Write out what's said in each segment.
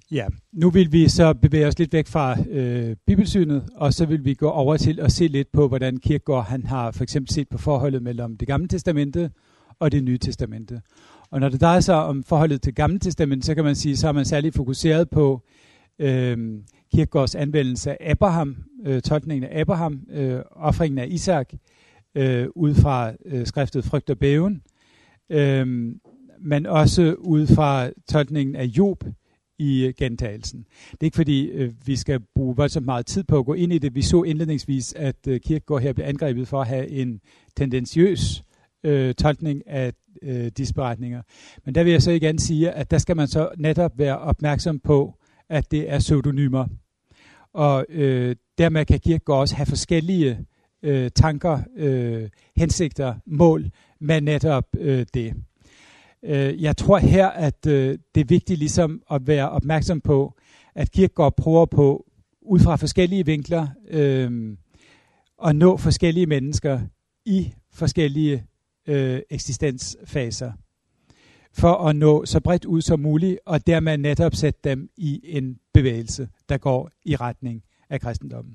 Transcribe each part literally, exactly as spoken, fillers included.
Ja, nu vil vi så bevæge os lidt væk fra øh, bibelsynet, og så vil vi gå over til at se lidt på, hvordan Kierkegaard han har for eksempel set på forholdet mellem det gamle testamente og det nye testamente. Og når det drejer sig om forholdet til gamle testamente, så kan man sige, så er man særligt fokuseret på øh, Kierkegaards anvendelse af Abraham, øh, tolkningen af Abraham, øh, offringen af Isak, øh, ud fra øh, skriftet Frygt og Bæven, øh, men også ud fra tolkningen af Job i gentagelsen. Det er ikke fordi, øh, vi skal bruge voldsomt meget tid på at gå ind i det. Vi så indledningsvis, at øh, Kierkegaard her blev angrebet for at have en tendensiøs øh, tolkning af øh, disse beretninger. Men der vil jeg så igen sige, at der skal man så netop være opmærksom på, at det er pseudonymer. Og øh, dermed kan Kierkegaard også have forskellige øh, tanker, øh, hensigter, mål med netop øh, det. Jeg tror her, at øh, det er vigtigt ligesom at være opmærksom på, at Kierkegaard prøver på, ud fra forskellige vinkler, øh, at nå forskellige mennesker i forskellige øh, eksistensfaser, for at nå så bredt ud som muligt, og dermed netop sætte dem i en bevægelse, der går i retning af kristendommen.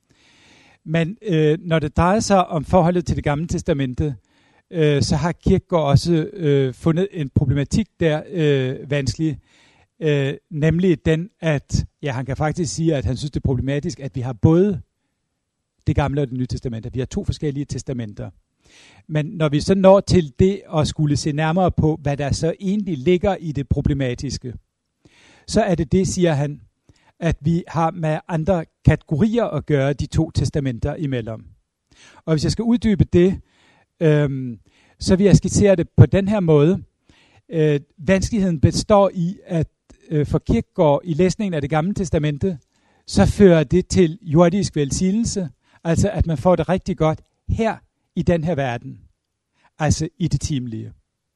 Men øh, når det drejer sig om forholdet til det gamle testamente, Øh, så har Kierkegaard også øh, fundet en problematik der øh, vanskelig, øh, nemlig den, at ja, han kan faktisk sige, at han synes det er problematisk, at vi har både det gamle og det nye testamente. Vi har to forskellige testamenter. Men når vi så når til det at skulle se nærmere på, hvad der så egentlig ligger i det problematiske, så er det det, siger han, at vi har med andre kategorier at gøre de to testamenter imellem. Og hvis jeg skal uddybe det, Øhm, så vil jeg skitsere det på den her måde. Øh, vanskeligheden består i, at øh, for Kierkegaard i læsningen af det gamle testamente, så fører det til jordisk velsignelse, altså at man får det rigtig godt her i den her verden, altså i det timelige.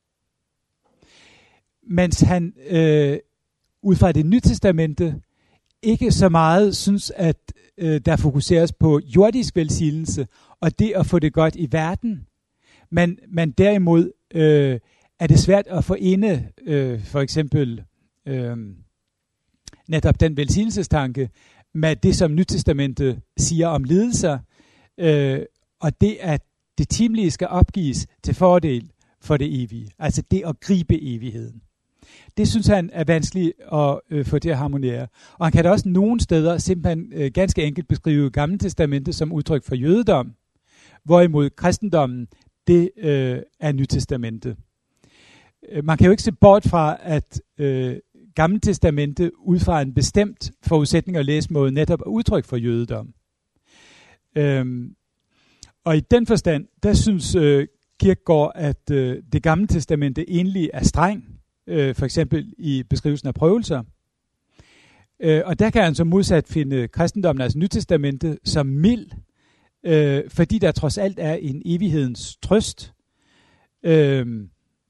Mens han øh, ud fra det nye testamente ikke så meget synes, at øh, der fokuseres på jordisk velsignelse og det at få det godt i verden. Men, men derimod øh, er det svært at forene øh, for eksempel øh, netop den velsignelsestanke med det, som Nytestamentet siger om lidelser, øh, og det, at det timelige skal opgives til fordel for det evige. Altså det at gribe evigheden. Det synes han er vanskeligt at øh, få til at harmonere. Og han kan da også nogle steder simpelthen øh, ganske enkelt beskrive Gamle Testamentet som udtryk for jødedom, hvorimod kristendommen det øh, er Nytestamentet. Man kan jo ikke se bort fra, at øh, Gamle Testamente ud fra en bestemt forudsætning og læsemåde netop er udtryk for jødedom. Øhm, og i den forstand, der synes øh, Kierkegaard, at øh, det Gamle Testamente egentlig er streng, øh, for eksempel i beskrivelsen af prøvelser. Øh, og der kan han så modsat finde kristendommen, altså Nytestamentet, som mild, Øh, fordi der trods alt er en evighedens trøst. Øh,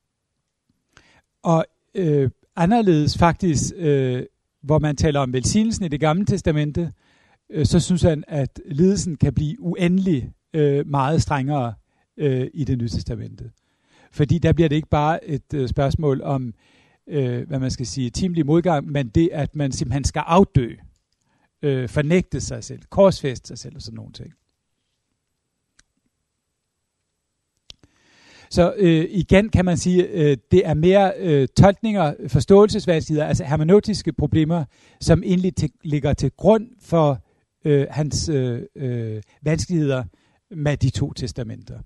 og øh, anderledes faktisk, øh, hvor man taler om velsignelsen i det gamle testamente, øh, så synes han, at lidelsen kan blive uendelig øh, meget strengere øh, i det nye testamente. Fordi der bliver det ikke bare et øh, spørgsmål om, øh, hvad man skal sige, timelig modgang, men det, at man simpelthen skal afdø, øh, fornægte sig selv, korsfæste sig selv og sådan nogle ting. Så øh, igen kan man sige, øh, det er mere øh, tolkninger, forståelsesvanskeligheder, altså hermeneutiske problemer, som egentlig til, ligger til grund for øh, hans øh, øh, vanskeligheder med de to testamenter.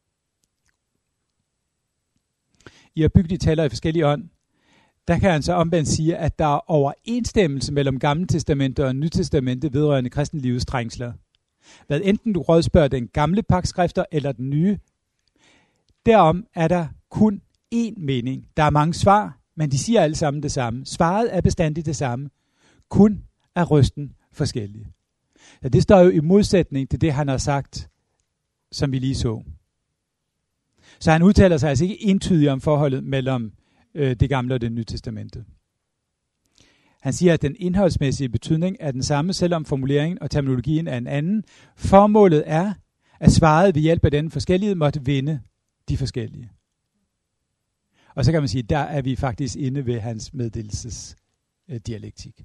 I at bygge de taler i forskellige ånd, der kan han så omvendt sige, at der er overensstemmelse mellem Gamle Testamente og Nye Testamente vedrørende kristenlivets trængsler. Hvad enten du rådspørger den gamle pagtskrifter eller den nye, derom er der kun én mening. Der er mange svar, men de siger alle sammen det samme. Svaret er bestandigt det samme. Kun er røsten forskellig. Så det står jo i modsætning til det, han har sagt, som vi lige så. Så han udtaler sig altså ikke entydigt om forholdet mellem øh, det gamle og det nye testamente. Han siger, at den indholdsmæssige betydning er den samme, selvom formuleringen og terminologien er en anden. Formålet er, at svaret ved hjælp af den forskellighed måtte vinde de forskellige. Og så kan man sige, der er vi faktisk inde ved hans meddelelsesteknik. øh, dialektik.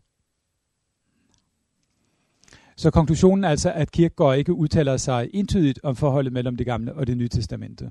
Så konklusionen er altså, at Kierkegaard ikke udtaler sig entydigt om forholdet mellem det gamle og det nye testamente.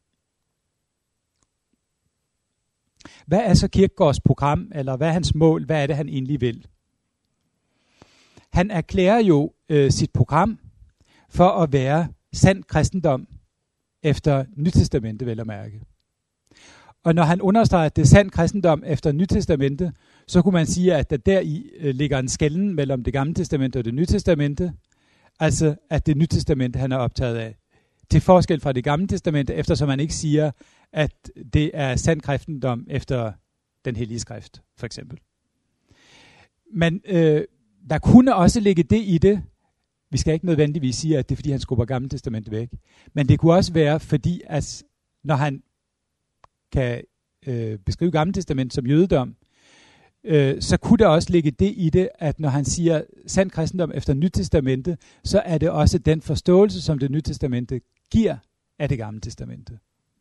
Hvad er så Kierkegaards program, eller hvad er hans mål? Hvad er det, han egentlig vil? Han erklærer jo øh, sit program for at være sand kristendom efter Nytestamentet, vel at mærke. Og når han understreger, at det er sand kristendom efter Nytestamentet, så kunne man sige, at der deri øh, ligger en skelnen mellem det gamle testamente og det nye testamente. Altså, at det nye testamente, han er optaget af. Til forskel fra det gamle testamente, eftersom man ikke siger, at det er sand kristendom efter den hellige skrift, for eksempel. Men øh, der kunne også ligge det i det. Vi skal ikke nødvendigvis sige, at det er, fordi han skubber gamle testamente væk. Men det kunne også være, fordi at når han kan øh, beskrive gamle testament som jødedom, øh, så kunne der også ligge det i det, at når han siger sand kristendom efter Nyt Testamente, så er det også den forståelse, som det Nye Testamente giver af det gamle testamente.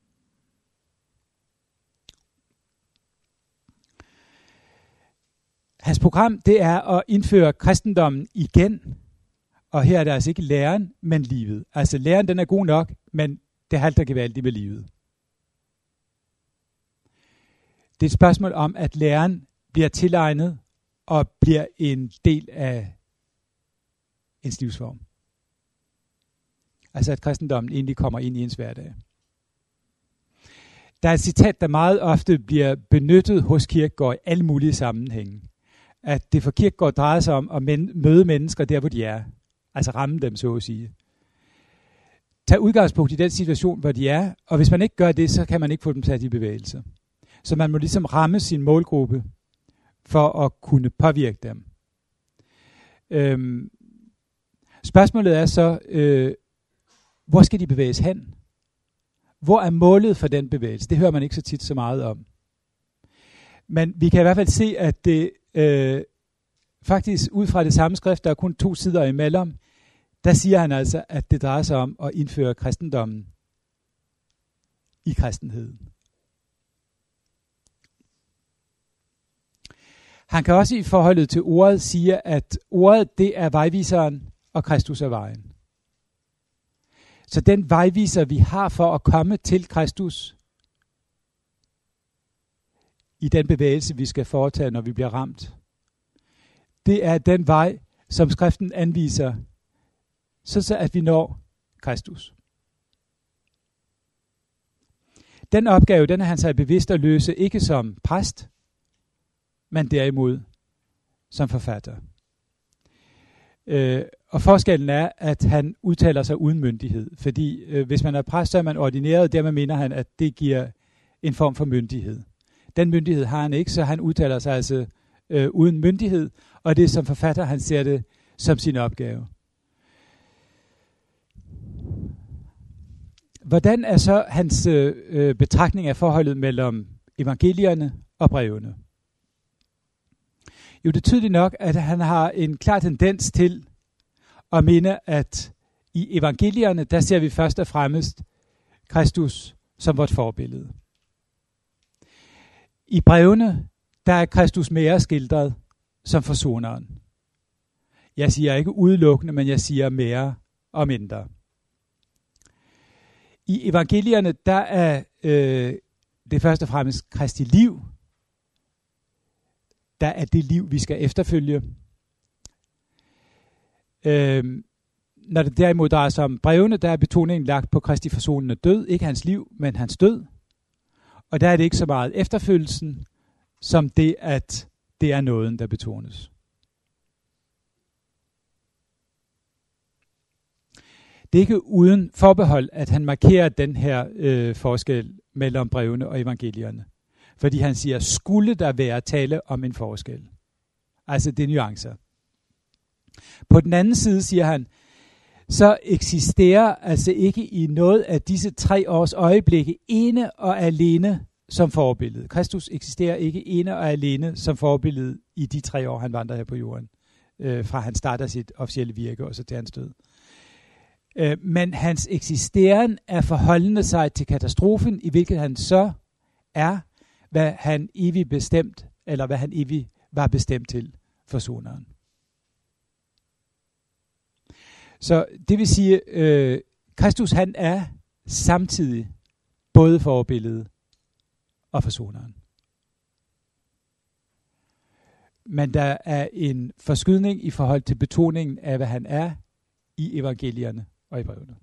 Hans program, det er at indføre kristendommen igen, og her er det altså ikke læren, men livet. Altså læren, den er god nok, men det halter gevaldigt med livet. Det er et spørgsmål om, at læren bliver tilegnet og bliver en del af ens livsform. Altså at kristendommen egentlig kommer ind i ens hverdag. Der er et citat, der meget ofte bliver benyttet hos Kierkegaard i alle mulige sammenhænge. At det for Kierkegaard drejer sig om at men- møde mennesker der, hvor de er. Altså ramme dem, så at sige. Tag udgangspunkt i den situation, hvor de er, og hvis man ikke gør det, så kan man ikke få dem sat i bevægelse. Så man må ligesom ramme sin målgruppe for at kunne påvirke dem. Øhm, spørgsmålet er så, øh, hvor skal de bevæges hen? Hvor er målet for den bevægelse? Det hører man ikke så tit så meget om. Men vi kan i hvert fald se, at det øh, faktisk ud fra det samme skrift, der er kun to sider imellem, der siger han altså, at det drejer sig om at indføre kristendommen i kristenheden. Han kan også i forholdet til ordet sige, at ordet det er vejviseren, og Kristus er vejen. Så den vejviser, vi har for at komme til Kristus, i den bevægelse, vi skal foretage, når vi bliver ramt, det er den vej, som skriften anviser, så at vi når Kristus. Den opgave, den er han sig bevidst at løse, ikke som præst, men derimod som forfatter. Øh, og forskellen er, at han udtaler sig uden myndighed, fordi øh, hvis man er præst, så er man ordineret, og dermed mener han, at det giver en form for myndighed. Den myndighed har han ikke, så han udtaler sig altså øh, uden myndighed, og det er som forfatter, han ser det som sin opgave. Hvordan er så hans øh, betragtning af forholdet mellem evangelierne og brevene? Jo, det er tydeligt nok, at han har en klar tendens til at mene, at i evangelierne, der ser vi først og fremmest Kristus som vort forbillede. I brevene, der er Kristus mere skildret som forsoneren. Jeg siger ikke udelukkende, men jeg siger mere og mindre. I evangelierne, der er øh, det først og fremmest Kristi liv, der er det liv, vi skal efterfølge. Øhm, når det derimod drejer sig om brevene, der er betoningen lagt på Kristi forsonende død. Ikke hans liv, men hans død. Og der er det ikke så meget efterfølgelsen, som det, at det er nåden, der betones. Det er ikke uden forbehold, at han markerer den her øh, forskel mellem brevene og evangelierne. Fordi han siger, skulle der være tale om en forskel? Altså det er nuancer. På den anden side siger han, så eksisterer altså ikke i noget af disse tre års øjeblikke ene og alene som forbillede. Kristus eksisterer ikke ene og alene som forbillede i de tre år, han vandrer her på jorden. Øh, fra han starter sit officielle virke og så til hans død. Øh, men hans eksisteren er forholdende sig til katastrofen, i hvilket han så er, hvad han evigt bestemt, eller hvad han evigt var bestemt til forsoneren. Så det vil sige, øh, Kristus han er samtidig både forbillede og forsoneren. Men der er en forskydning i forhold til betoningen af, hvad han er i evangelierne og i brevene.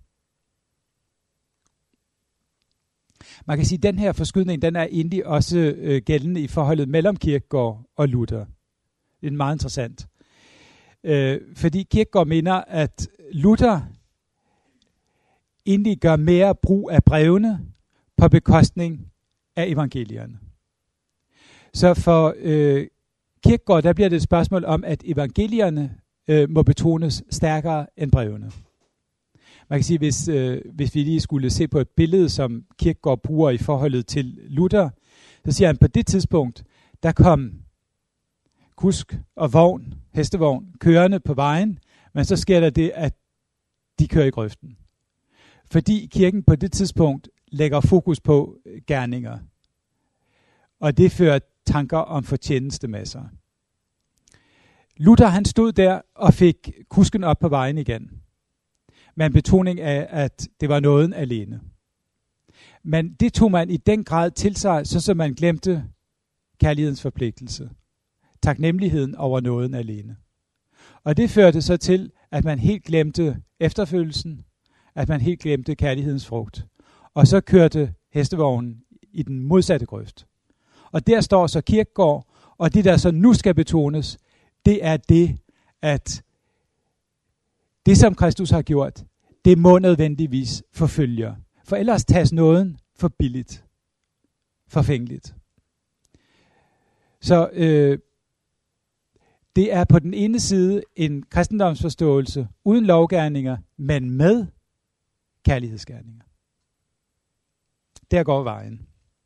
Man kan sige, at den her forskydning, den er egentlig også øh, gældende i forholdet mellem Kierkegaard og Luther. Det er meget interessant. Øh, fordi Kierkegaard mener, at Luther egentlig gør mere brug af brevene på bekostning af evangelierne. Så for øh, Kierkegaard, der bliver det et spørgsmål om, at evangelierne øh, må betones stærkere end brevene. Man kan sige, hvis, øh, hvis vi lige skulle se på et billede, som Kierkegaard bruger i forholdet til Luther, så siger han, på det tidspunkt, der kom kusk og vogn, hestevogn, kørende på vejen, men så sker der det, at de kører i grøften. Fordi kirken på det tidspunkt lægger fokus på gerninger. Og det fører tanker om fortjenestemasser. Luther han stod der og fik kusken op på vejen igen. Med en betoning af, at det var nåden alene. Men det tog man i den grad til sig, så som man glemte kærlighedens forpligtelse. Taknemmeligheden over nåden alene. Og det førte så til, at man helt glemte efterfølgelsen, at man helt glemte kærlighedens frugt. Og så kørte hestevognen i den modsatte grøft. Og der står så Kierkegaard, og det der så nu skal betones, det er det, at det som Kristus har gjort, det må nødvendigvis forfølge. For ellers tages nåden for billigt, forfængeligt. Så øh, det er på den ene side en kristendomsforståelse uden lovgerninger, men med kærlighedsgerninger. Der går vejen.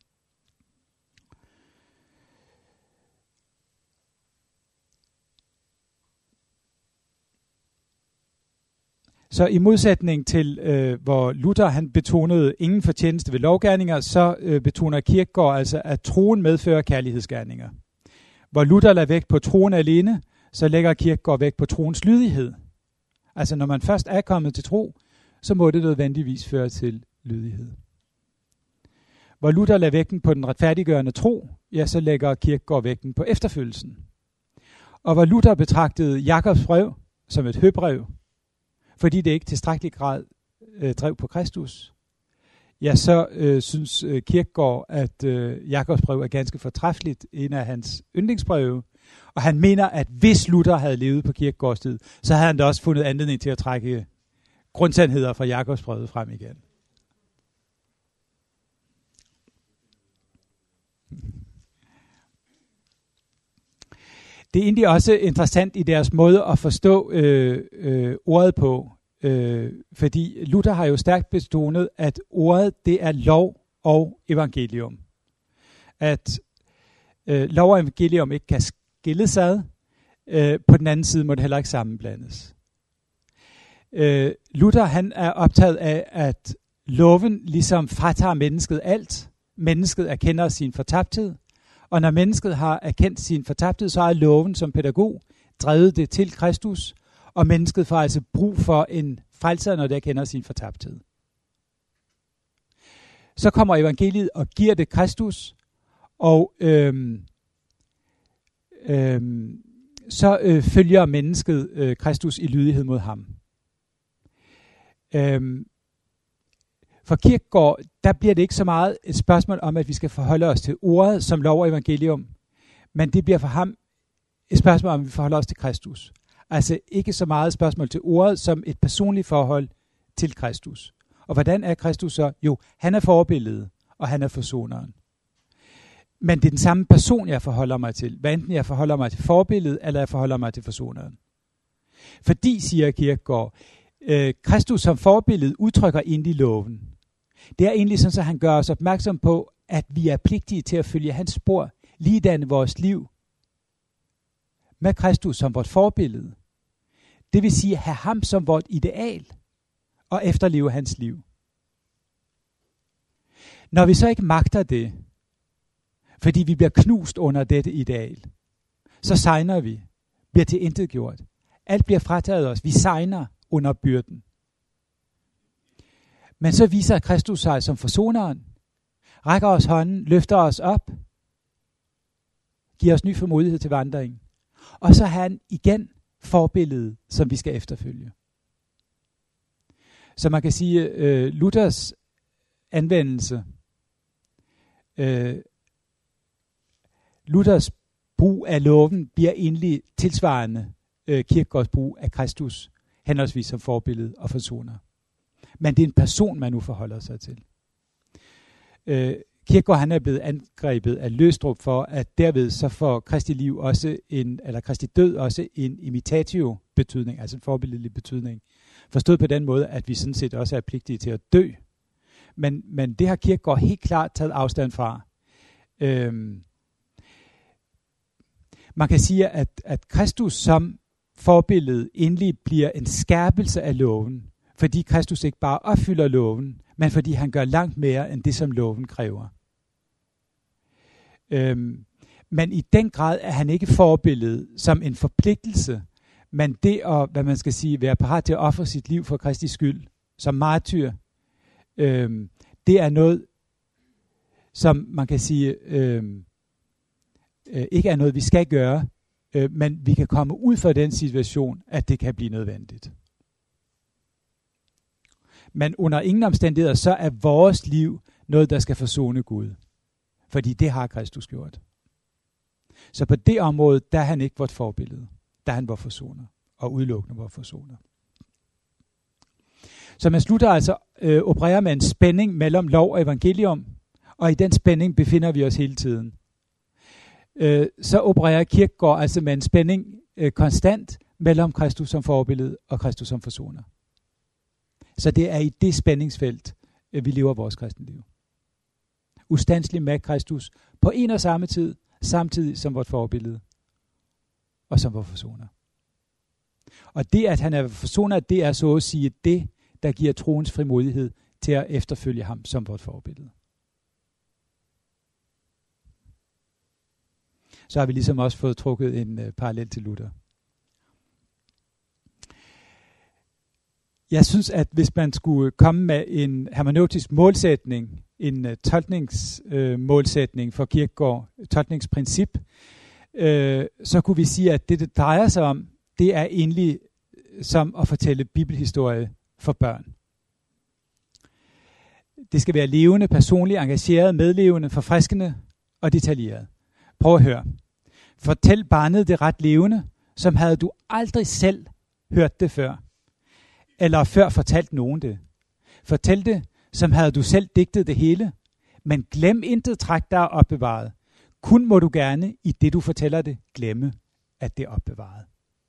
Så i modsætning til, øh, hvor Luther han betonede ingen fortjeneste ved lovgerninger, så øh, betoner Kierkegaard altså, at troen medfører kærlighedsgerninger. Hvor Luther lader vægt på troen alene, så lægger Kierkegaard vægt på troens lydighed. Altså når man først er kommet til tro, så må det nødvendigvis føre til lydighed. Hvor Luther lader vægten på den retfærdiggørende tro, ja, så lægger Kierkegaard vægten på efterfølgelsen. Og hvor Luther betragtede Jakobs brev som et høbrev, fordi det ikke tilstrækkelig grad øh, drev på Kristus, ja, så øh, synes øh, Kierkegaard, at øh, Jakobs brev er ganske fortræffeligt, en af hans yndlingsbreve. Og han mener, at hvis Luther havde levet på Kierkegaards tid, så havde han da også fundet anledning til at trække grundsandheder fra Jakobs brevet frem igen. Det er egentlig også interessant i deres måde at forstå øh, øh, ordet på, øh, fordi Luther har jo stærkt betonet, at ordet det er lov og evangelium. At øh, lov og evangelium ikke kan skilles ad, øh, på den anden side må det heller ikke sammenblandes. Øh, Luther han er optaget af, at loven ligesom fratager mennesket alt. Mennesket erkender sin fortabthed. Og når mennesket har erkendt sin fortabthed, så er loven som pædagog drevet det til Kristus, og mennesket får altså brug for en frelser, når det erkender sin fortabthed. Så kommer evangeliet og giver det Kristus, og øhm, øhm, så øh, følger mennesket øh, Kristus i lydighed mod ham. Øhm, For Kierkegaard, der bliver det ikke så meget et spørgsmål om, at vi skal forholde os til ordet som lov og evangelium, men det bliver for ham et spørgsmål om, at vi forholder os til Kristus. Altså ikke så meget et spørgsmål til ordet som et personligt forhold til Kristus. Og hvordan er Kristus så? Jo, han er forbilledet, og han er forsoneren. Men det er den samme person, jeg forholder mig til. Hvad enten jeg forholder mig til forbilledet, eller jeg forholder mig til forsoneren. Fordi, siger Kierkegaard, øh, Kristus som forbillede udtrykker egentlig loven. Det er egentlig sådan, at han gør os opmærksom på, at vi er pligtige til at følge hans spor, ligedan vores liv, med Kristus som vort forbillede. Det vil sige, have ham som vort ideal, og efterleve hans liv. Når vi så ikke magter det, fordi vi bliver knust under dette ideal, så sejner vi, bliver til intet gjort. Alt bliver frataget os. Vi sejner under byrden. Men så viser Kristus sig som forsoneren, rækker os hånden, løfter os op, giver os ny formodighed til vandringen. Og så har han igen forbilledet, som vi skal efterfølge. Så man kan sige, øh, Luthers anvendelse, øh, Luthers brug af loven bliver egentlig tilsvarende øh, Kierkegaards brug af Kristus, henholdsvis som forbillede og forsoner. Men det er en person, man nu forholder sig til. Øh, Kierkegaard han er blevet angrebet af Løgstrup for, at derved så får Kristi liv også en, eller Kristi død også en imitatio betydning, altså en forbilledelig betydning. Forstået på den måde, at vi sådan set også er pligtige til at dø. Men, men det har Kierkegaard helt klart taget afstand fra. Øhm, man kan sige, at, at Kristus som forbillede endelig bliver en skærpelse af loven, fordi Kristus ikke bare opfylder loven, men fordi han gør langt mere end det, som loven kræver. Øhm, men i den grad er han ikke forbillede som en forpligtelse, men det at, hvad man skal sige, være parat til at ofre sit liv for Kristi skyld, som martyr, øhm, det er noget, som man kan sige, øhm, øh, ikke er noget, vi skal gøre, øh, men vi kan komme ud fra den situation, at det kan blive nødvendigt. Men under ingen omstændigheder, så er vores liv noget, der skal forsone Gud. Fordi det har Kristus gjort. Så på det område, der er han ikke vort forbillede. Der er han vor forsoner. Og udelukkende vor forsoner. Så man slutter altså øh, opererer med en spænding mellem lov og evangelium. Og i den spænding befinder vi os hele tiden. Øh, så opererer Kierkegaard altså med en spænding øh, konstant mellem Kristus som forbillede og Kristus som forsoner. Så det er i det spændingsfelt, vi lever vores kristenliv. Ustandselig med Kristus på en og samme tid, samtidig som vort forbillede og som vores forsoner. Og det, at han er forsoner, det er så at sige det, der giver troens frimodighed til at efterfølge ham som vort forbillede. Så har vi ligesom også fået trukket en uh, parallel til Luther. Jeg synes, at hvis man skulle komme med en hermeneutisk målsætning, en uh, tolkningsmålsætning uh, for Kierkegaard, tolkningsprincip, uh, så kunne vi sige, at det, det drejer sig om, det er egentlig som at fortælle bibelhistorie for børn. Det skal være levende, personligt, engageret, medlevende, forfriskende og detaljeret. Prøv at høre. Fortæl barnet det ret levende, som havde du aldrig selv hørt det før. Eller før fortalt nogen det. Fortæl det, som havde du selv digtet det hele. Men glem intet træk, der er opbevaret. Kun må du gerne, i det du fortæller det, glemme, at det er opbevaret.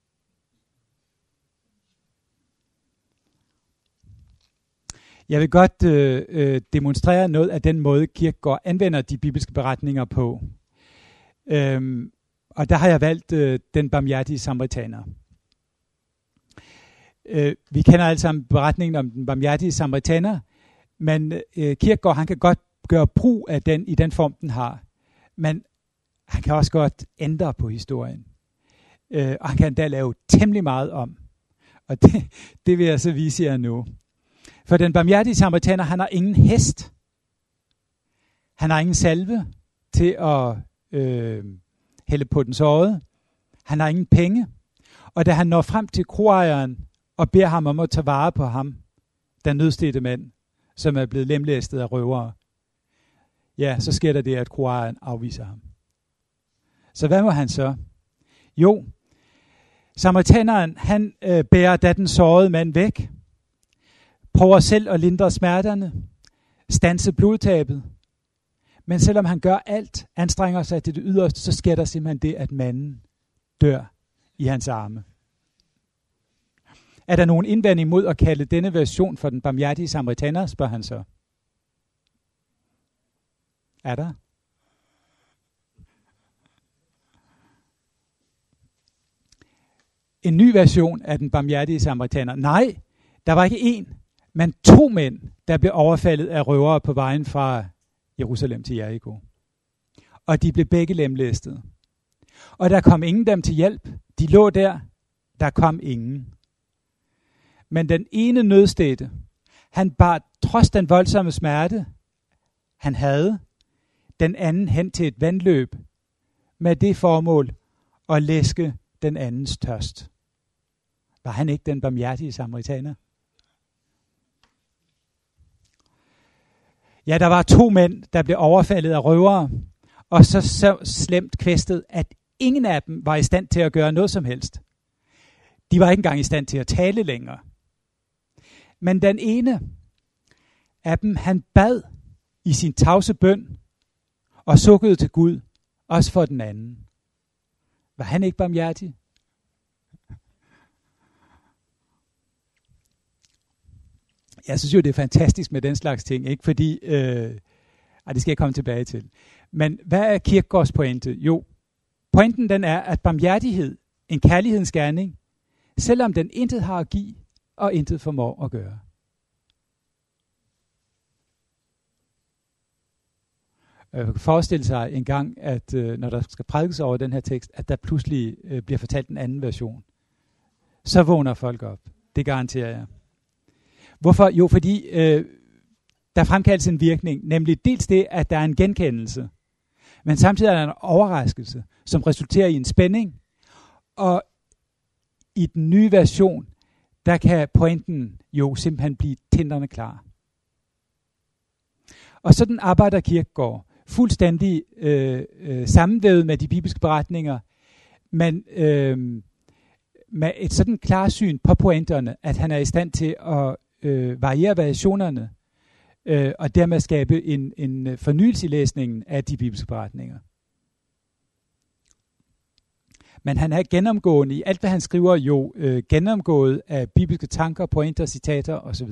Jeg vil godt øh, øh, demonstrere noget af den måde, Kierkegaard anvender de bibelske beretninger på. Øhm, og der har jeg valgt øh, den barmhjertige samaritaner. Øh, vi kender alle sammen beretningen om den barmhjertige samaritaner, men øh, Kierkegaard han kan godt gøre brug af den i den form, den har. Men han kan også godt ændre på historien. Øh, og han kan endda lave temmelig meget om. Og det, det vil jeg så vise jer nu. For den barmhjertige samaritaner, han har ingen hest. Han har ingen salve til at øh, hælde på den sårede. Han har ingen penge. Og da han når frem til kroejeren og beder ham om at tage vare på ham, den nødstedte mand, som er blevet lemlæstet af røvere, ja, så sker der det, at kroejeren afviser ham. Så hvad må han så? Jo, samaritaneren, han øh, bærer da den sårede mand væk, prøver selv at lindre smerterne, standse blodtabet. Men selvom han gør alt, anstrenger sig til det yderste, så sker der simpelthen det, at manden dør i hans arme. Er der nogen indvending mod at kalde denne version for den barmhjertige samaritaner, spørger han så. Er der? En ny version af den barmhjertige samaritaner? Nej, der var ikke én, men to mænd, der blev overfaldet af røvere på vejen fra Jerusalem til Jericho. Og de blev begge lemlæstet. Og der kom ingen dem til hjælp. De lå der. Der kom ingen. Men den ene nødstedte, han bar trods den voldsomme smerte, han havde, den anden hen til et vandløb, med det formål at læske den andens tørst. Var han ikke den barmhjertige samaritaner? Ja, der var to mænd, der blev overfaldet af røvere, og så, så slemt kvæstet, at ingen af dem var i stand til at gøre noget som helst. De var ikke engang i stand til at tale længere. Men den ene af dem, han bad i sin tavse bøn, og sukkede til Gud, også for den anden. Var han ikke barmhjertig? Jeg synes jo, det er fantastisk med den slags ting, ikke? Fordi, øh, ej, det skal jeg komme tilbage til. Men hvad er Kierkegaards pointe? Jo, pointen den er, at barmhjertighed, en kærlighedens gerning, selvom den intet har at give, og intet formår at gøre. Jeg kan forestille sig en gang, at øh, når der skal prædikes over den her tekst, at der pludselig øh, bliver fortalt en anden version. Så vågner folk op. Det garanterer jeg. Hvorfor? Jo, fordi øh, der fremkaldes en virkning, nemlig dels det, at der er en genkendelse, men samtidig er der en overraskelse, som resulterer i en spænding, og i den nye version, der kan pointen jo simpelthen blive tindrende klar. Og sådan arbejder Kierkegaard fuldstændig øh, øh, sammenvævet med de bibelske beretninger, men øh, med et sådan klarsyn på pointerne, at han er i stand til at øh, variere variationerne, øh, og dermed skabe en, en fornyelse i læsningen af de bibelske beretninger. Men han er gennemgående i alt, hvad han skriver, jo øh, gennemgået af bibelske tanker, pointer, citater osv.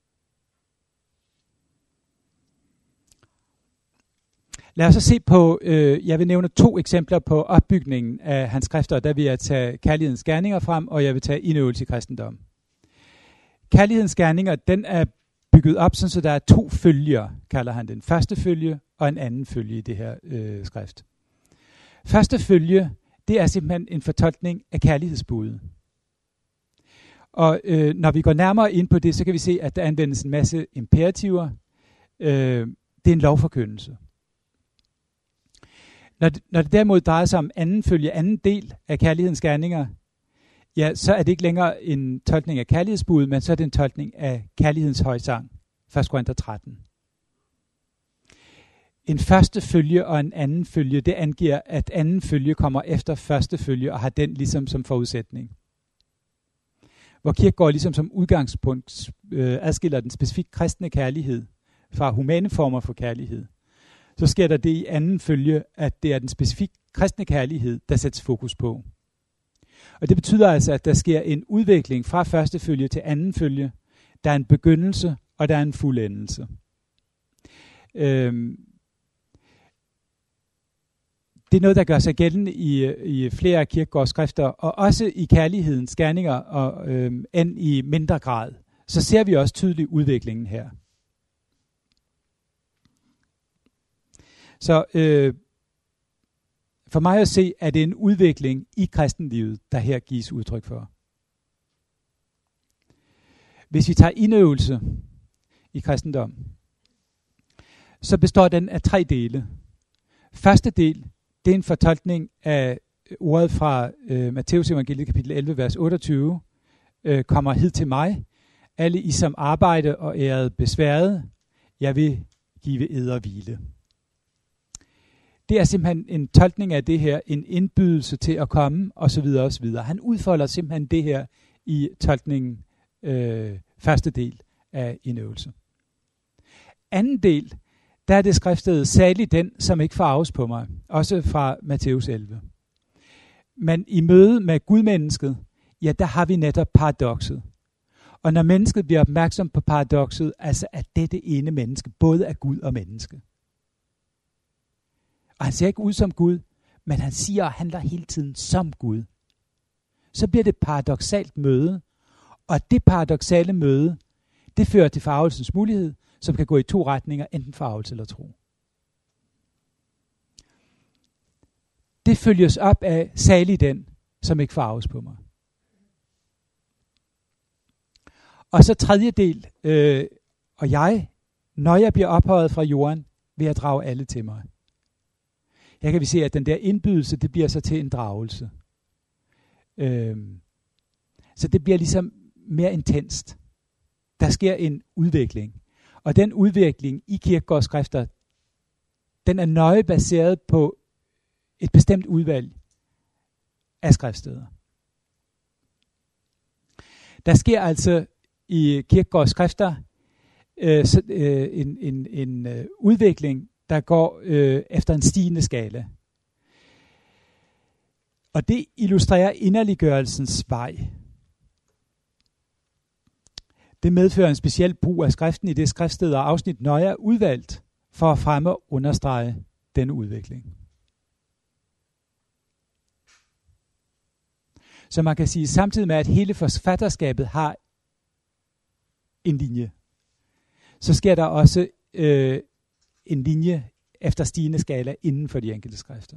Lad os så se på, øh, jeg vil nævne to eksempler på opbygningen af hans skrifter, der vil jeg tage kærlighedens gerninger frem, og jeg vil tage indøvelse i kristendom. Kærlighedens gerninger, den er bygget op, sådan så der er to følger, kalder han den. Første følge og en anden følge i det her øh, skrift. Første følge, det er simpelthen en fortolkning af kærlighedsbuddet. Og øh, når vi går nærmere ind på det, så kan vi se, at der anvendes en masse imperativer. Øh, det er en lovforkyndelse. Når det, når det derimod drejer sig om anden følge, anden del af kærlighedens gerninger, ja, så er det ikke længere en tolkning af kærlighedsbuddet, men så er det en tolkning af kærlighedens højsang. første Korinther tretten. En første følge og en anden følge, det angiver, at anden følge kommer efter første følge og har den ligesom som forudsætning. Hvor Kierkegaard ligesom som udgangspunkt øh, adskiller den specifikt kristne kærlighed fra humane former for kærlighed, så sker der det i anden følge, at det er den specifikt kristne kærlighed, der sættes fokus på. Og det betyder altså, at der sker en udvikling fra første følge til anden følge. Der er en begyndelse, og der er en fuldendelse. Øhm, det er noget, der gør sig gældende i, i flere af Kierkegaards skrifter, og også i kærlighedens gerninger, og, øhm, end i mindre grad. Så ser vi også tydeligt udviklingen her. Så øh, for mig at se, er det en udvikling i kristenlivet, der her gives udtryk for. Hvis vi tager indøvelse i kristendom, så består den af tre dele. Første del, det er en fortolkning af ordet fra øh, Matteus evangeliet kapitel elleve, vers otteogtyve. Øh, kommer hid til mig, alle I som arbejde og ærede besværet, jeg vil give eder hvile. Det er simpelthen en tolkning af det her, en indbydelse til at komme, osv. osv. Han udfolder simpelthen det her i tolkningen, øh, første del af indøvelse. Anden del, der er det skriftet, salig den, som ikke farves på mig, også fra Matteus elleve. Men i møde med Gudmennesket, ja, der har vi netop paradokset. Og når mennesket bliver opmærksom på paradokset, altså at dette ene menneske både er Gud og menneske. Og han ser ikke ud som Gud, men han siger og handler hele tiden som Gud. Så bliver det et paradoksalt møde, og det paradoksale møde, det fører til forargelsens mulighed, som kan gå i to retninger, enten forargelse eller tro. det følges op af salig den, som ikke farves på mig. Og så tredje del, øh, og jeg, når jeg bliver ophøjet fra jorden, vil jeg drage alle til mig. Her kan vi se, at den der indbydelse, det bliver så til en dragelse. Øhm, så det bliver ligesom mere intenst. Der sker en udvikling. Og den udvikling i Kierkegaards skrifter, den er nøje baseret på et bestemt udvalg af skriftsteder. Der sker altså i Kierkegaards skrifter øh, så, øh, en, en, en øh, udvikling, der går øh, efter en stigende skala. Og det illustrerer inderliggørelsens vej. Det medfører en speciel brug af skriften i det skriftsted og afsnit nøje er udvalgt for at fremme og understrege denne udvikling. Så man kan sige, samtidig med at hele forfatterskabet har en linje, så sker der også øh, en linje efter stigende skala inden for de enkelte skrifter.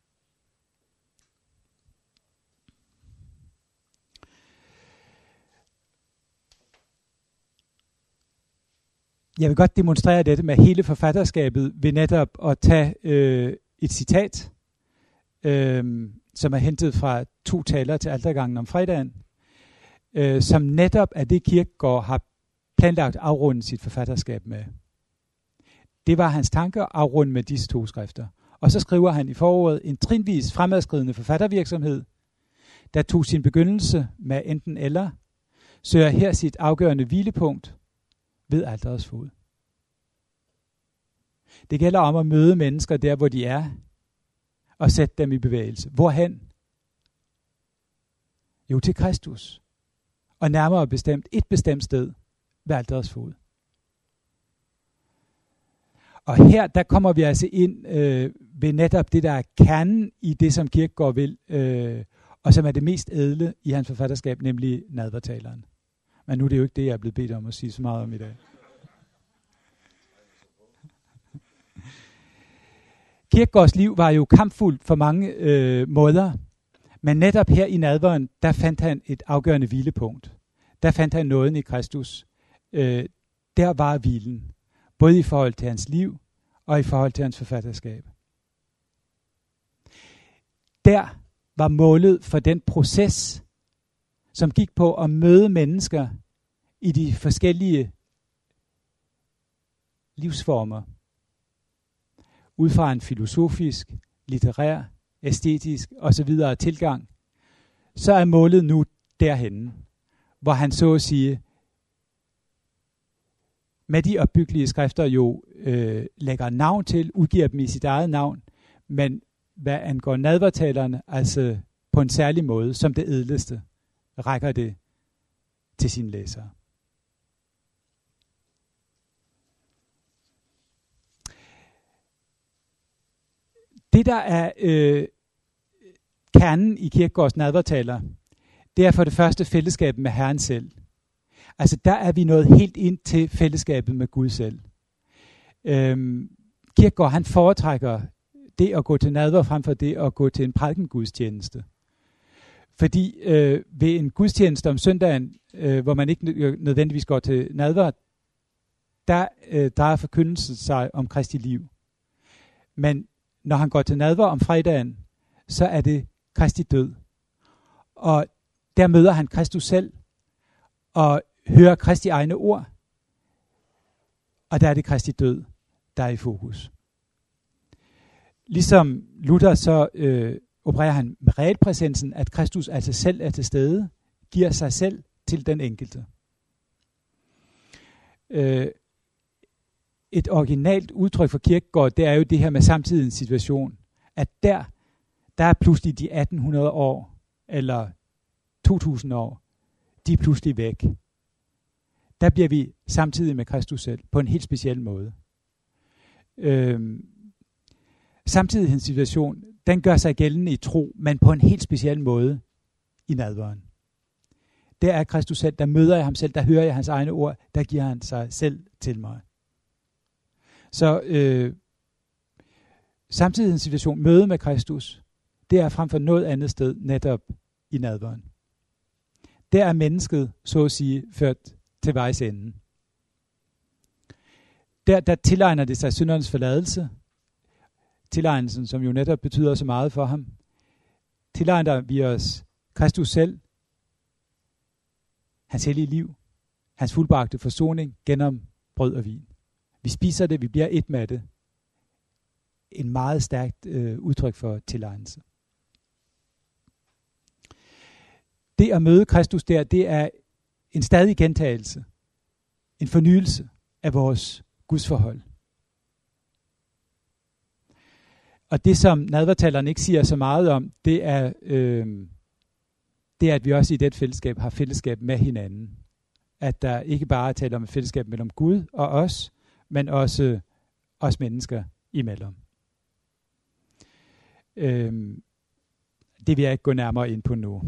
Jeg vil godt demonstrere dette med hele forfatterskabet ved netop at tage øh, et citat, øh, som er hentet fra to taler til altergangen om fredagen, øh, som netop er det, Kierkegaard har planlagt at afrunde sit forfatterskab med. Det var hans tanke at afrunde med disse to skrifter. Og så skriver han i foråret en trinvis fremadskridende forfattervirksomhed, der tog sin begyndelse med enten eller, søger her sit afgørende hvilepunkt ved alterets fod. Det gælder om at møde mennesker der, hvor de er, og sætte dem i bevægelse. Hvorhen? Jo, til Kristus. Og nærmere bestemt et bestemt sted ved alterets fod. Og her, der kommer vi altså ind øh, ved netop det, der er kernen i det, som Kierkegaard vil, øh, og som er det mest ædle i hans forfatterskab, nemlig nadvertaleren. Men nu er det jo ikke det, jeg er blevet bedt om at sige så meget om i dag. Kierkegaards liv var jo kampfuldt på mange øh, måder, men netop her i nadveren, der fandt han et afgørende hvilepunkt. Der fandt han nåden i Kristus. Øh, der var hvilen, både i forhold til hans liv og i forhold til hans forfatterskab. Der var målet for den proces, som gik på at møde mennesker i de forskellige livsformer. Ud fra en filosofisk, litterær, æstetisk osv. tilgang, så er målet nu derhenne, hvor han så at sige, med de opbyggelige skrifter jo øh, lægger navn til, udgiver dem i sit eget navn, men hvad angår nadvertalerne, altså på en særlig måde, som det ædleste, rækker det til sine læsere. Det, der er øh, kernen i Kierkegaards nadvertaler, det er for det første fællesskabet med Herren selv. Altså der er vi nået helt ind til fællesskabet med Gud selv. Øhm, Kierkegaard, han foretrækker det at gå til nadver frem for det at gå til en prædikengudstjeneste. Fordi øh, ved en gudstjeneste om søndagen, øh, hvor man ikke nødvendigvis går til nadver, der øh, drejer forkyndelsen sig om Kristi liv. Men når han går til nadver om fredagen, så er det Kristi død. Og der møder han Kristus selv, og hører Kristi egne ord. Og der er det Kristi død, der er i fokus. Ligesom Luther, så øh, opererer han med realpræsensen, at Kristus altså selv er til stede, giver sig selv til den enkelte. Øh, et originalt udtryk for Kierkegaard, det er jo det her med samtidens situation, at der, der er pludselig de atten hundrede år, eller to tusind år, de er pludselig væk. Der bliver vi samtidig med Kristus selv, på en helt speciel måde. Øhm, samtidighedens situation, den gør sig gældende i tro, men på en helt speciel måde i nadveren. Der er Kristus selv, der møder jeg ham selv, der hører jeg hans egne ord, der giver han sig selv til mig. Så øh, samtidighedens situation, møde med Kristus, det er frem for noget andet sted netop i nadveren. Der er mennesket, så at sige, ført til vejs ende. Der, der tilegner det sig syndernes forladelse, tilegnelsen, som jo netop betyder så meget for ham. Tilegner vi os Kristus selv, hans hellige liv, hans fuldbragte forsoning gennem brød og vin. Vi spiser det, vi bliver et med det. En meget stærkt øh, udtryk for tilegnelse. Det at møde Kristus der, det er en stadig gentagelse, en fornyelse af vores gudsforhold. Og det, som nadvertaleren ikke siger så meget om, det er, øh, det er, at vi også i det fællesskab har fællesskab med hinanden. At der ikke bare er tale om et fællesskab mellem Gud og os, men også os mennesker imellem. Øh, det vil jeg ikke gå nærmere ind på nu.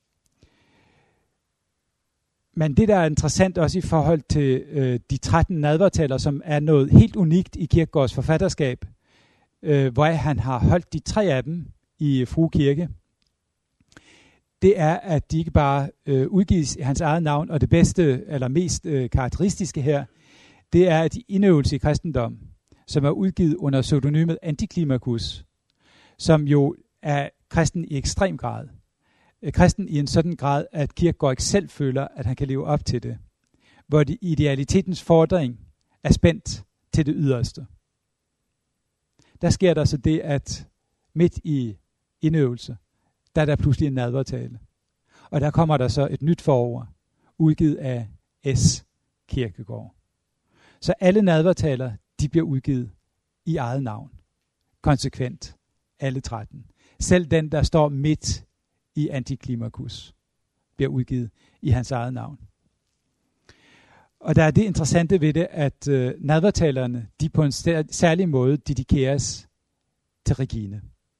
Men det, der er interessant også i forhold til øh, de tretten nadvertaler, som er noget helt unikt i Kierkegaards forfatterskab, øh, hvor han har holdt de tre af dem i Frue Kirke, det er, at de ikke bare øh, udgives i hans eget navn, og det bedste eller mest øh, karakteristiske her, det er, at de indøvelse i kristendom, som er udgivet under pseudonymet Antiklimacus, som jo er kristen i ekstrem grad. Kristen i en sådan grad, at Kierkegaard ikke selv føler, at han kan leve op til det. Hvor det idealitetens fordring er spændt til det yderste. Der sker der så det, at midt i indøvelse, der er der pludselig en nadvertale. Og der kommer der så et nyt forover, udgivet af S. Kierkegaard. Så alle nadvertaler, de bliver udgivet i eget navn. Konsekvent. Alle tretten. Selv den, der står midt i Antiklimacus, bliver udgivet i hans eget navn. Og der er det interessante ved det, at øh, nadvertalerne, de på en særlig måde dedikeres til Regine.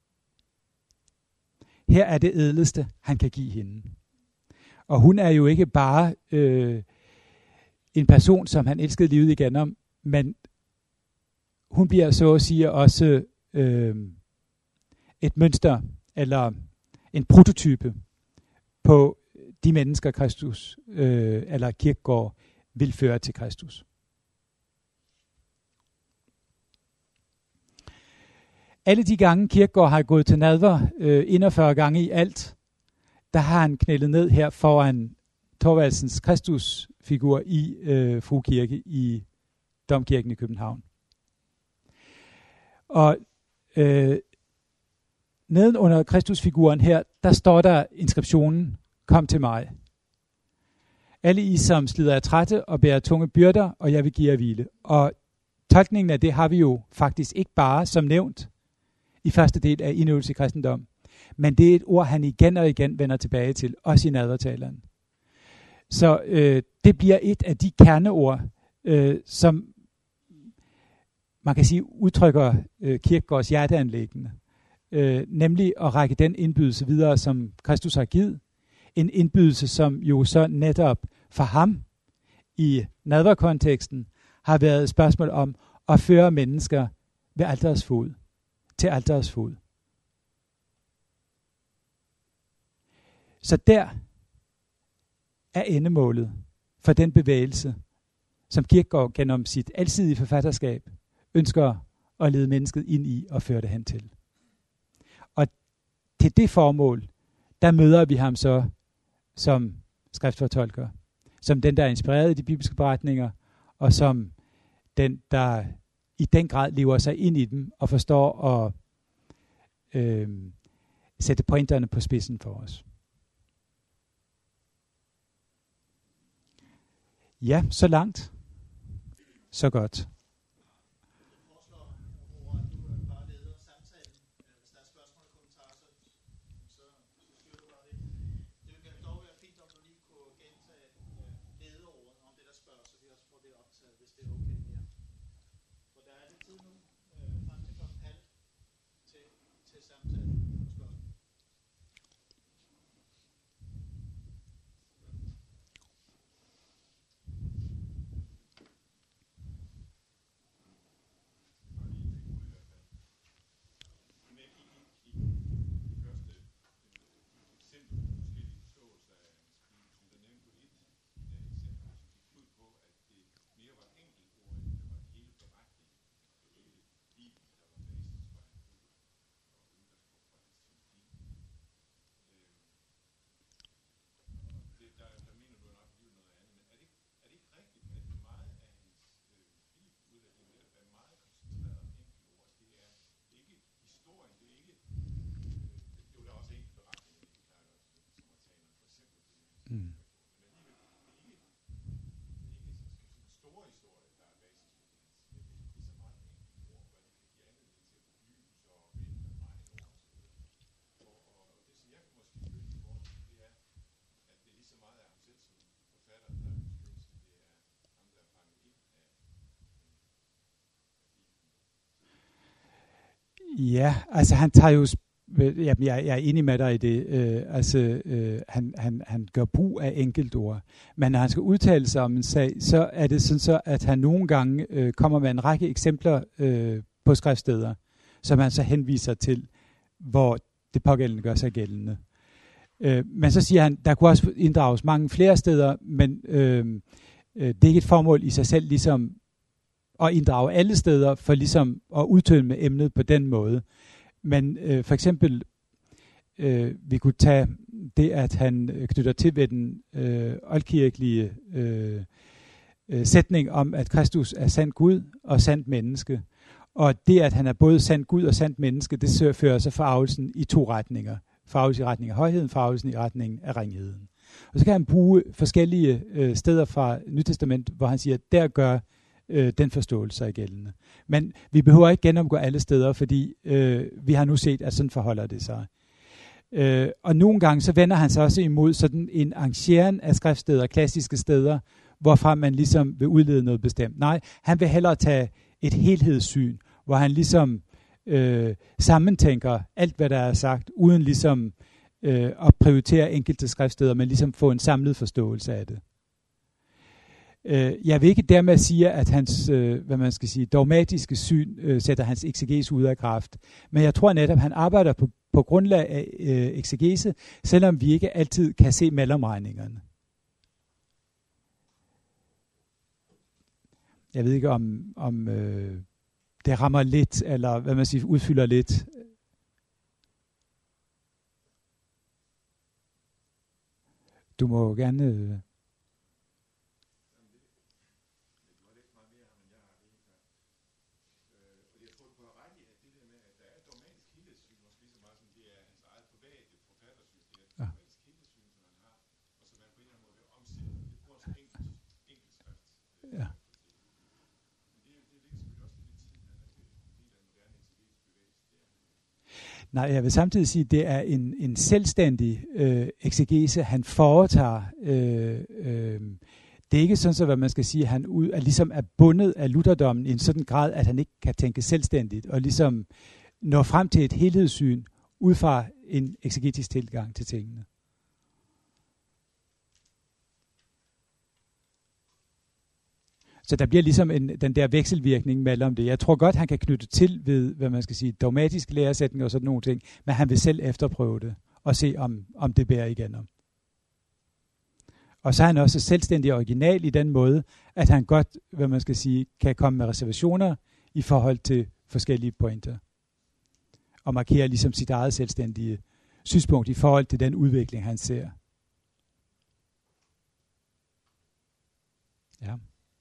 Her er det ædleste, han kan give hende. Og hun er jo ikke bare øh, en person, som han elskede livet igennem, men hun bliver så at sige også øh, et mønster, eller en prototype på de mennesker, Kristus øh, eller Kierkegaard vil føre til Kristus. Alle de gange Kierkegaard har gået til nadver, øh, enogfyrre gange i alt, der har han knælet ned her foran Thorvaldsens Kristusfigur i øh, Frue Kirke i Domkirken i København. Og øh, neden under Kristusfiguren her, der står der inskriptionen, kom til mig. Alle I, som slider af trætte og bærer tunge byrder, og jeg vil give jer hvile. Og tolkningen af det har vi jo faktisk ikke bare, som nævnt, i første del af indøvelse i kristendom. Men det er et ord, han igen og igen vender tilbage til, også i nadvertaleren. Så øh, det bliver et af de kerneord, øh, som man kan sige udtrykker øh, Kierkegaards hjerteanliggende. Øh, nemlig at række den indbydelse videre, som Kristus har givet. En indbydelse, som jo så netop for ham i nadverkonteksten har været et spørgsmål om at føre mennesker ved alterets fod, til alterets fod. Så der er endemålet for den bevægelse, som Kierkegaard gennem sit alsidige forfatterskab ønsker at lede mennesket ind i og føre det hen til. Og til det formål, der møder vi ham så som skriftfortolker, som den, der er inspireret i de bibelske beretninger, og som den, der i den grad lever sig ind i dem og forstår at øh, sætte pointerne på spidsen for os. Ja, så langt. Så godt. Mm. Ja, altså han tager jo, jamen jeg, jeg er enig med dig i det, øh, altså øh, han, han, han gør brug af enkeltord, men når han skal udtale sig om en sag, så er det sådan så, at han nogle gange øh, kommer med en række eksempler øh, på skriftsteder, som han så henviser til, hvor det pågældende gør sig gældende. Øh, men så siger han, der kunne også inddrages mange flere steder, men øh, øh, det er ikke et formål i sig selv ligesom at inddrage alle steder, for ligesom at udtømme emnet på den måde. Men øh, for eksempel, øh, vi kunne tage det, at han knytter til ved den øh, oldkirkelige øh, øh, sætning om, at Kristus er sandt Gud og sandt menneske. Og det, at han er både sandt Gud og sandt menneske, det fører sig forarvelsen i to retninger. Forarvelsen i retning af højheden, forarvelsen i retning af ringheden. Og så kan han bruge forskellige øh, steder fra Nytestamentet, hvor han siger, at der gør øh, den forståelse er gældende. Men vi behøver ikke gennemgå alle steder, fordi øh, vi har nu set, at sådan forholder det sig. Øh, og nogle gange så vender han sig også imod sådan en arrangeren af skriftsteder, klassiske steder, hvorfra man ligesom vil udlede noget bestemt. Nej, han vil hellere tage et helhedssyn, hvor han ligesom øh, sammentænker alt, hvad der er sagt, uden ligesom øh, at prioritere enkelte skriftsteder, men ligesom få en samlet forståelse af det. Øh, jeg vil ikke dermed sige, at hans, øh, hvad man skal sige, dogmatiske syn øh, sætter hans eksegese ud af kraft, men jeg tror netop, at han arbejder på, på grundlag af øh, eksegese, selvom vi ikke altid kan se mellemregningerne. Jeg ved ikke, om, om øh, det rammer lidt, eller hvad man siger, udfylder lidt. Du må gerne... Øh Ja. Nej, jeg vil samtidig sige, at det er en, en selvstændig øh, eksegese, han foretager. Øh, øh, det er ikke sådan, så, hvad man skal sige, at han ud, er, ligesom er bundet af lutherdommen i en sådan grad, at han ikke kan tænke selvstændigt, og ligesom når frem til et helhedssyn ud fra en eksegetisk tilgang til tingene. Så der bliver ligesom en, den der vekselvirkning mellem det. Jeg tror godt, han kan knytte til ved, hvad man skal sige, dogmatisk læresætning og sådan nogle ting, men han vil selv efterprøve det og se, om, om det bærer igennem. Og så er han også selvstændig original i den måde, at han godt, hvad man skal sige, kan komme med reservationer i forhold til forskellige pointer. Og markere ligesom sit eget selvstændige synspunkt i forhold til den udvikling, han ser. Ja.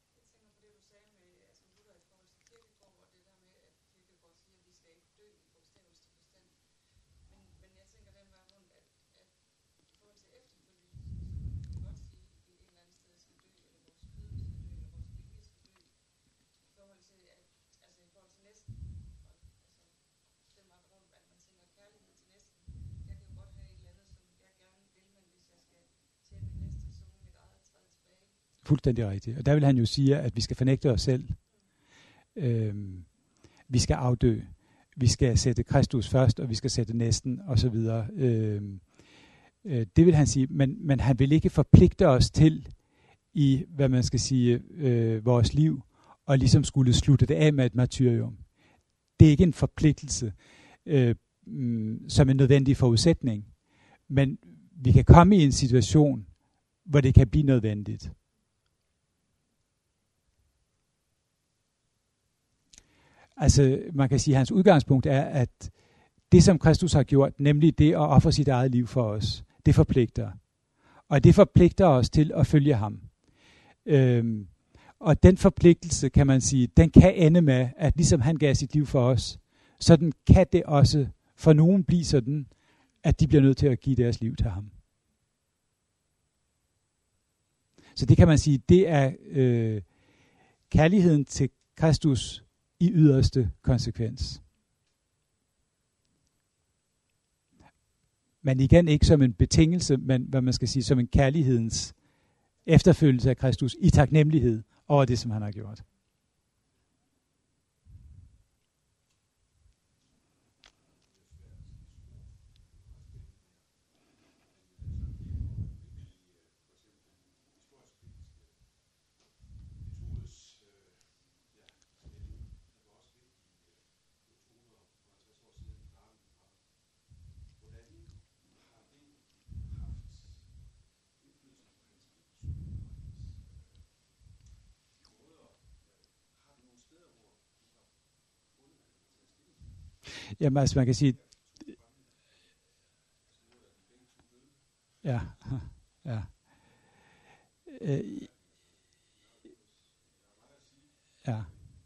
Fuldstændig rigtigt. Og der vil han jo sige, at vi skal fornægte os selv. Øhm, vi skal afdø. Vi skal sætte Kristus først, og vi skal sætte næsten, og så videre. Øhm, øh, det vil han sige, men, men han vil ikke forpligte os til, i hvad man skal sige, øh, vores liv, og ligesom skulle slutte det af med et martyrium. Det er ikke en forpligtelse, øh, mm, som en nødvendig forudsætning. Men vi kan komme i en situation, hvor det kan blive nødvendigt. Altså, man kan sige, at hans udgangspunkt er, at det, som Kristus har gjort, nemlig det at ofre sit eget liv for os, det forpligter. Og det forpligter os til at følge ham. Øhm, og den forpligtelse, kan man sige, den kan ende med, at ligesom han gav sit liv for os, sådan kan det også for nogen blive sådan, at de bliver nødt til at give deres liv til ham. Så det kan man sige, det er øh, kærligheden til Kristus i yderste konsekvens. Men igen ikke som en betingelse, men hvad man skal sige, som en kærlighedens efterfølgelse af Kristus i taknemmelighed over det, som han har gjort. Jamen altså man kan sige, ja, ja, øh, ja.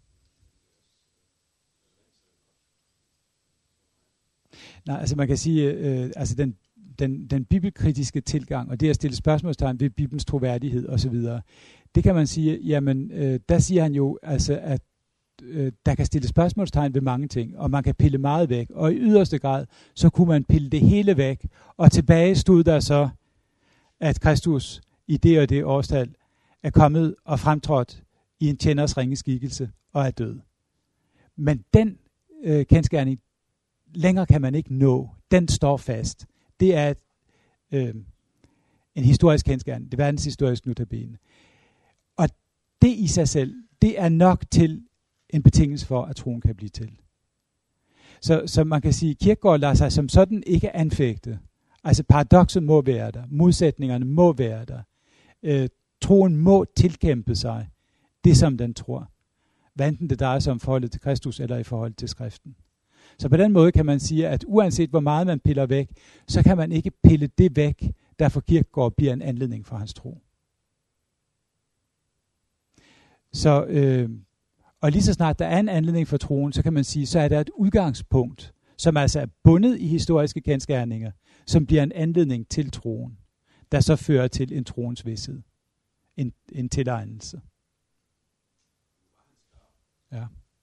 Nej, altså man kan sige, øh, altså den, den, den bibelkritiske tilgang, og det at stille spørgsmålstegn ved Bibelens troværdighed osv., det kan man sige, jamen øh, der siger han jo, altså at øh, der kan stille spørgsmålstegn ved mange ting, og man kan pille meget væk, og i yderste grad, så kunne man pille det hele væk, og tilbage stod der så, at Kristus i det og det årstal er kommet og fremtrådt i en tjeners ringe skikkelse og er død. Men den øh, kendsgerning, længere kan man ikke nå. Den står fast. Det er et, øh, en historisk kendsgerning. Det er verdenshistorisk notabene. Og det i sig selv, det er nok til en betingelse for, at troen kan blive til. Så, så man kan sige, at Kierkegaard lader sig som sådan ikke anfægte. Altså paradokset må være der. Modsætningerne må være der. Øh, troen må tilkæmpe sig det, som den tror. Hvad enten det drejer sig om forholdet til Kristus eller i forhold til skriften. Så på den måde kan man sige, at uanset hvor meget man piller væk, så kan man ikke pille det væk, der for Kierkegaard bliver en anledning for hans tro. Så, øh, og lige så snart der er en anledning for troen, så kan man sige, så er der et udgangspunkt, som altså er bundet i historiske kendsgerninger, som bliver en anledning til troen, der så fører til en troens vidsthed, en, en tilegnelse. Ja.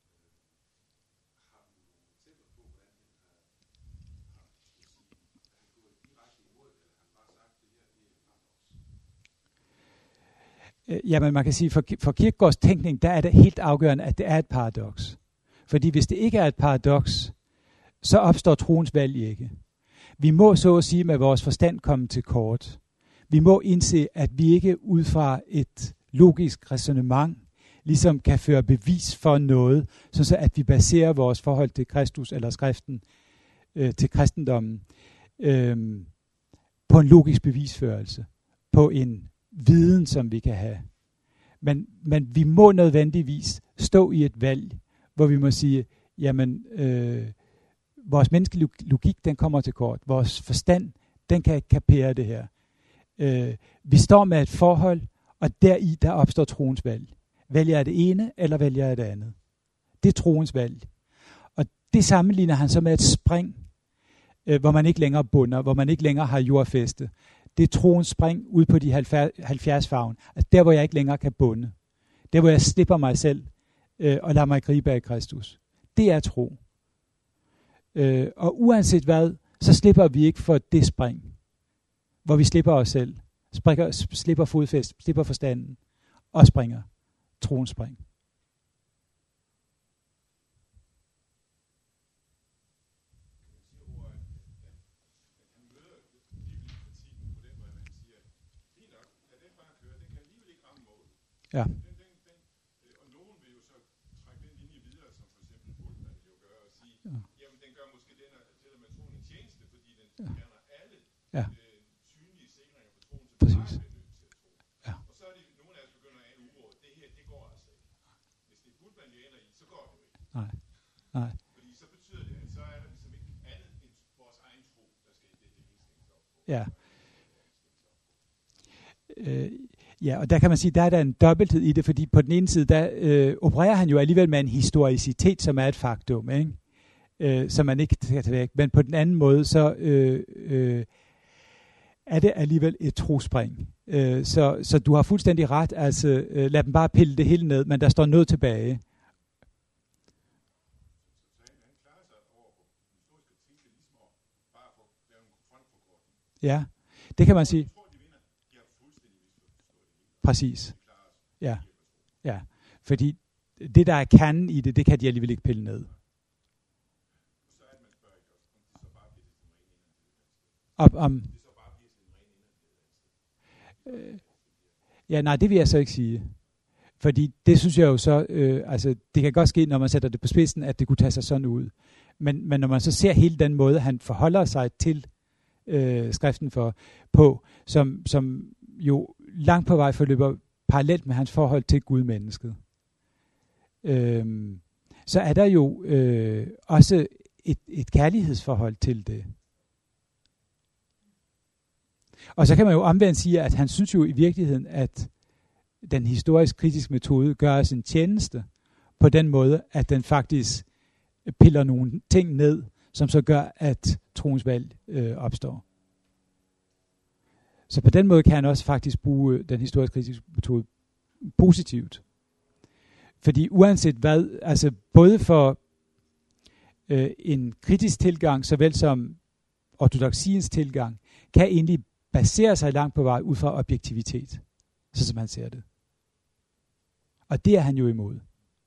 Jamen man kan sige, for, for Kierkegaards tænkning, der er det helt afgørende, at det er et paradoks. Fordi hvis det ikke er et paradoks, så opstår troens valg ikke. Vi må så at sige med vores forstand komme til kort. Vi må indse, at vi ikke ud fra et logisk ræsonnement ligesom kan føre bevis for noget, så at vi baserer vores forhold til Kristus eller skriften, øh, til kristendommen, øh, på en logisk bevisførelse, på en viden, som vi kan have. Men, men vi må nødvendigvis stå i et valg, hvor vi må sige, jamen, øh, vores menneskelige logik, den kommer til kort. Vores forstand, den kan ikke kapere det her. Øh, vi står med et forhold, og deri, der opstår troens valg. Vælger jeg det ene, eller vælger jeg det andet? Det er troens valg. Og det sammenligner han så med et spring, øh, hvor man ikke længere bunder, hvor man ikke længere har jordfæste. Det er troens spring ud på de halvfjerds farven. Altså der, hvor jeg ikke længere kan bunde. Der, hvor jeg slipper mig selv øh, og lader mig gribe af Kristus. Det er tro. Øh, og uanset hvad, så slipper vi ikke for det spring, hvor vi slipper os selv, springer, slipper fodfæst, slipper forstanden og springer. Troens spring. Ja. Den, den, den, og nogen vil jo så trække den linje videre, som for eksempel Bultmann jo gør, og sige, ja. Jamen den gør måske den, til at man tror en tjeneste, fordi den ja. fjerner alle ja. øh, synlige sikringer på troen, så præcis. Man er nødt til at tro. Ja. Og så er det, nogen af os begynder at ane uro, det her, det går altså ikke. Hvis det er Bultmann, vi ender i, så går det jo ikke. Nej. Nej. Fordi så betyder det, at så er der ligesom ikke andet end vores egen tro, der skal det, det hele stænges op på. Ja. Øh, Ja, og der kan man sige, der er der en dobbelthed i det, fordi på den ene side, der øh, opererer han jo alligevel med en historicitet, som er et faktum, ikke? Øh, som man ikke kan tage væk. Men på den anden måde, så øh, øh, er det alligevel et trospring. Øh, så, så du har fuldstændig ret, altså øh, lad dem bare pille det hele ned, men der står noget tilbage. Ja, det kan man sige. Præcis. Ja, ja. Fordi det, der er kernen i det, det kan de alligevel ikke pille ned. Om, om, øh, ja, nej, det vil jeg så ikke sige. Fordi det synes jeg jo så, øh, altså det kan godt ske, når man sætter det på spidsen, at det kunne tage sig sådan ud. Men, men når man så ser hele den måde, han forholder sig til øh, skriften for, på, som, som jo langt på vej forløber parallelt med hans forhold til Gud-mennesket, øh, så er der jo øh, også et, et kærlighedsforhold til det. Og så kan man jo omvendt sige, at han synes jo i virkeligheden, at den historisk kritiske metode gør os en tjeneste på den måde, at den faktisk piller nogle ting ned, som så gør, at troens valg øh, opstår. Så på den måde kan han også faktisk bruge den historisk kritiske metode positivt. Fordi uanset hvad, altså både for øh, en kritisk tilgang, såvel som ortodoksiens tilgang, kan egentlig basere sig langt på vej ud fra objektivitet, så som han ser det. Og det er han jo imod.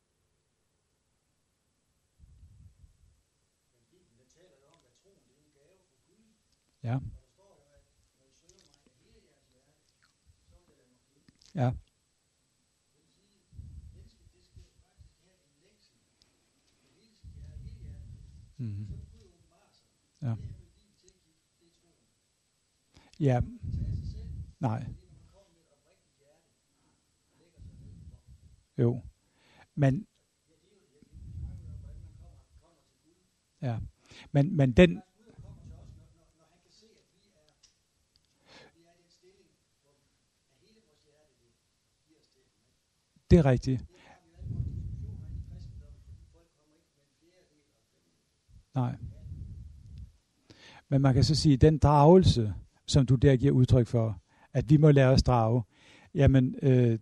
Ja. Ja. Mm-hmm. Ja. Ja. Nej. Jo. Men ja. Men men den det er rigtigt. Nej. Men man kan så sige, at den dragelse, som du der giver udtryk for, at vi må lære os drage, jamen, øh,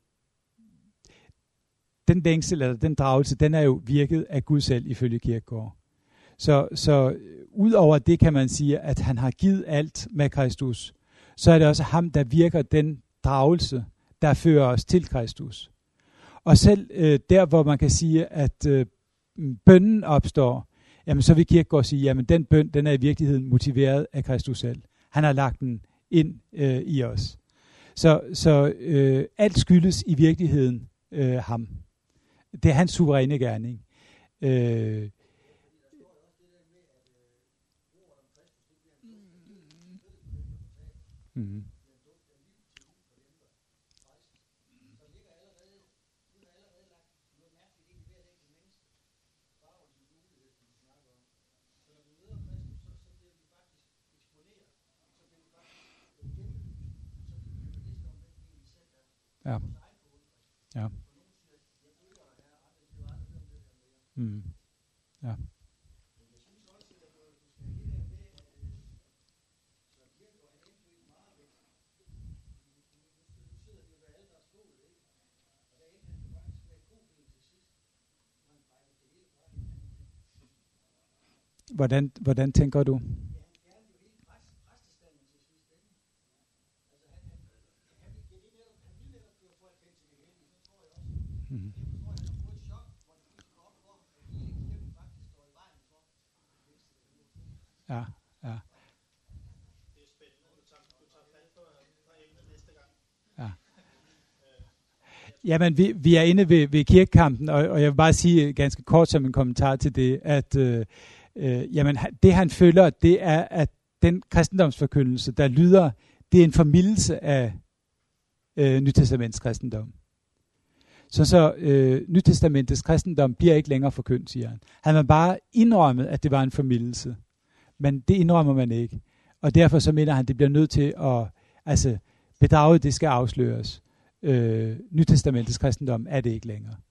den længsel, eller den dragelse, den er jo virket af Gud selv, ifølge Kierkegaard. Så, så ud over det kan man sige, at han har givet alt med Kristus, så er det også ham, der virker den dragelse, der fører os til Kristus. Og selv øh, der, hvor man kan sige, at øh, bønnen opstår, jamen så vil Kierkegaard sige, jamen den bøn, den er i virkeligheden motiveret af Kristus selv. Han har lagt den ind øh, i os. Så, så øh, alt skyldes i virkeligheden øh, ham. Det er hans suveræne gerning. Øh, mm. Ja. Ja. Mm. Ja. Hvordan, hvordan tænker du? Mm. Ja, ja. Ja. Jamen, vi, vi er inde ved, ved kirkekampen, og, og jeg vil bare sige ganske kort som en kommentar til det, at øh, øh, jamen, det han føler, det er, at den kristendomsforkyndelse, der lyder, det er en formildelse af øh, Nytestaments kristendom. Så så øh, Nytestamentets kristendom bliver ikke længere forkyndt, siger han. Han har bare indrømmet, at det var en formildelse. Men det indrømmer man ikke. Og derfor så mener han, at det bliver nødt til at, altså bedraget, det skal afsløres. Øh, Nytestamentets kristendom er det ikke længere.